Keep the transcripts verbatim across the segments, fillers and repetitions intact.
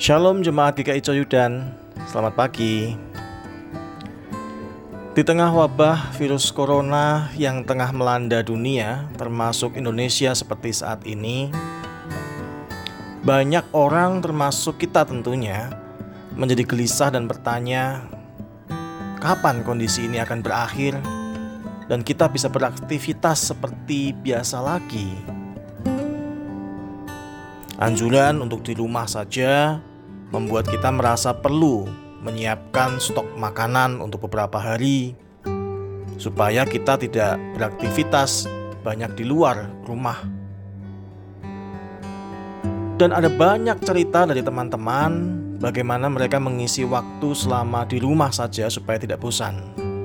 Shalom Jemaat G K I Coyudan, selamat pagi. Di tengah wabah virus corona yang tengah melanda dunia, termasuk Indonesia seperti saat ini, banyak orang termasuk kita tentunya menjadi gelisah dan bertanya, kapan kondisi ini akan berakhir dan kita bisa beraktivitas seperti biasa lagi. Anjuran untuk di rumah saja membuat kita merasa perlu menyiapkan stok makanan untuk beberapa hari supaya kita tidak beraktivitas banyak di luar rumah. Dan ada banyak cerita dari teman-teman bagaimana mereka mengisi waktu selama di rumah saja supaya tidak bosan.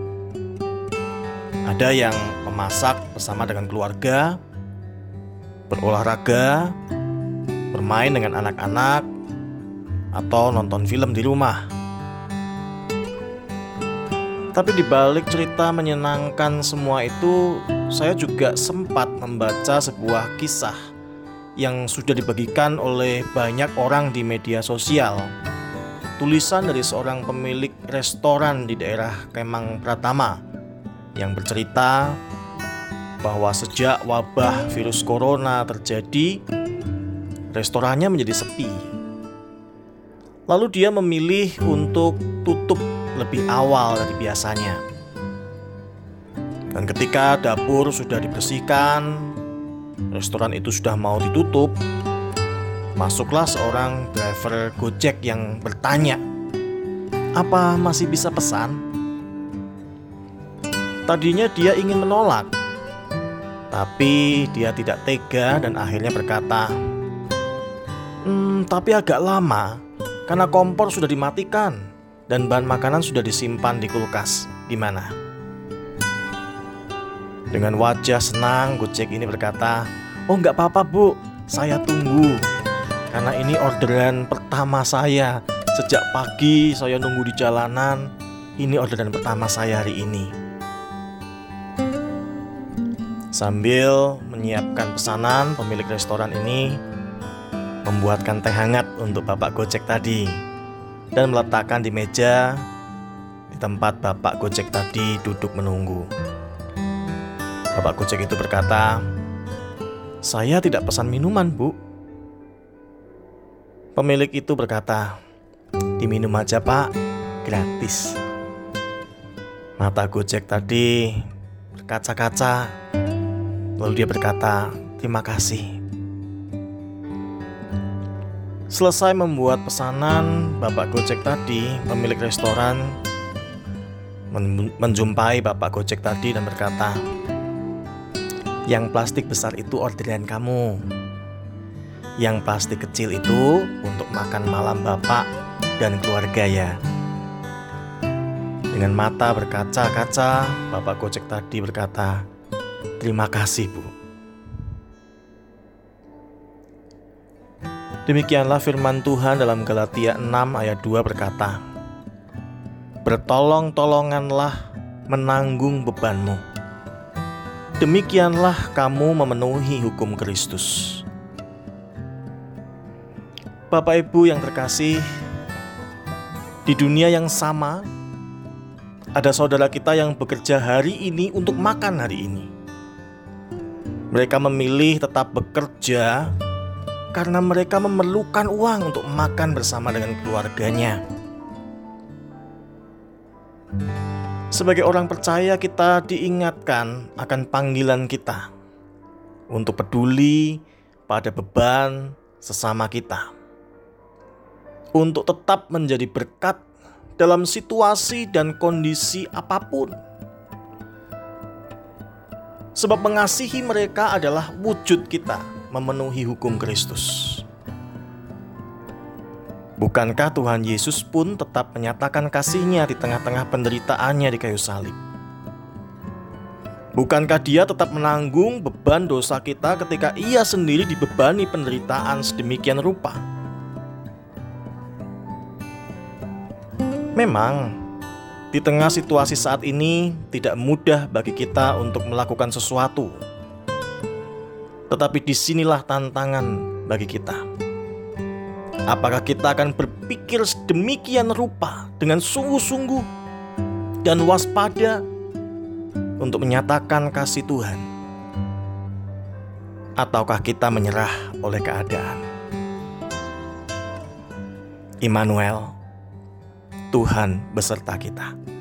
Ada yang memasak bersama dengan keluarga, berolahraga, bermain dengan anak-anak, atau nonton film di rumah. Tapi di balik cerita menyenangkan semua itu, saya juga sempat membaca sebuah kisah yang sudah dibagikan oleh banyak orang di media sosial. Tulisan dari seorang pemilik restoran di daerah Kemang Pratama yang bercerita bahwa sejak wabah virus corona terjadi, restorannya menjadi sepi. Lalu dia memilih untuk tutup lebih awal dari biasanya. Dan ketika dapur sudah dibersihkan, restoran itu sudah mau ditutup, masuklah seorang driver Gojek yang bertanya, "Apa masih bisa pesan?" Tadinya dia ingin menolak, tapi dia tidak tega dan akhirnya berkata, Hmm, tapi agak lama karena kompor sudah dimatikan dan bahan makanan sudah disimpan di kulkas. Gimana? Dengan wajah senang, Gojek ini berkata, "Oh, nggak apa-apa bu, saya tunggu. Karena ini orderan pertama saya. Sejak pagi saya nunggu di jalanan. Ini orderan pertama saya hari ini." Sambil menyiapkan pesanan, pemilik restoran ini membuatkan teh hangat untuk Bapak Gojek tadi dan meletakkan di meja di tempat Bapak Gojek tadi duduk menunggu. Bapak Gojek itu berkata, "Saya tidak pesan minuman, Bu." Pemilik itu berkata, "Diminum aja, Pak, gratis." Mata Gojek tadi berkaca-kaca, lalu dia berkata, "Terima kasih." Selesai membuat pesanan, Bapak Gojek tadi, pemilik restoran, men- menjumpai Bapak Gojek tadi dan berkata, "Yang plastik besar itu orderan kamu. Yang plastik kecil itu untuk makan malam Bapak dan keluarga ya." Dengan mata berkaca-kaca, Bapak Gojek tadi berkata, "Terima kasih, Bu." Demikianlah firman Tuhan dalam Galatia enam ayat dua berkata, "Bertolong-tolonganlah menanggung bebanmu. Demikianlah kamu memenuhi hukum Kristus." Bapak Ibu yang terkasih, di dunia yang sama, ada saudara kita yang bekerja hari ini untuk makan hari ini. Mereka memilih tetap bekerja karena mereka memerlukan uang untuk makan bersama dengan keluarganya. Sebagai orang percaya, kita diingatkan akan panggilan kita untuk peduli pada beban sesama kita, untuk tetap menjadi berkat dalam situasi dan kondisi apapun. Sebab mengasihi mereka adalah wujud kita memenuhi hukum Kristus. Bukankah Tuhan Yesus pun tetap menyatakan kasih-Nya di tengah-tengah penderitaannya di kayu salib? Bukankah Dia tetap menanggung beban dosa kita ketika Ia sendiri dibebani penderitaan sedemikian rupa? Memang, di tengah situasi saat ini tidak mudah bagi kita untuk melakukan sesuatu. Tetapi disinilah tantangan bagi kita. Apakah kita akan berpikir sedemikian rupa dengan sungguh-sungguh dan waspada untuk menyatakan kasih Tuhan? Ataukah kita menyerah oleh keadaan? Immanuel, Tuhan beserta kita.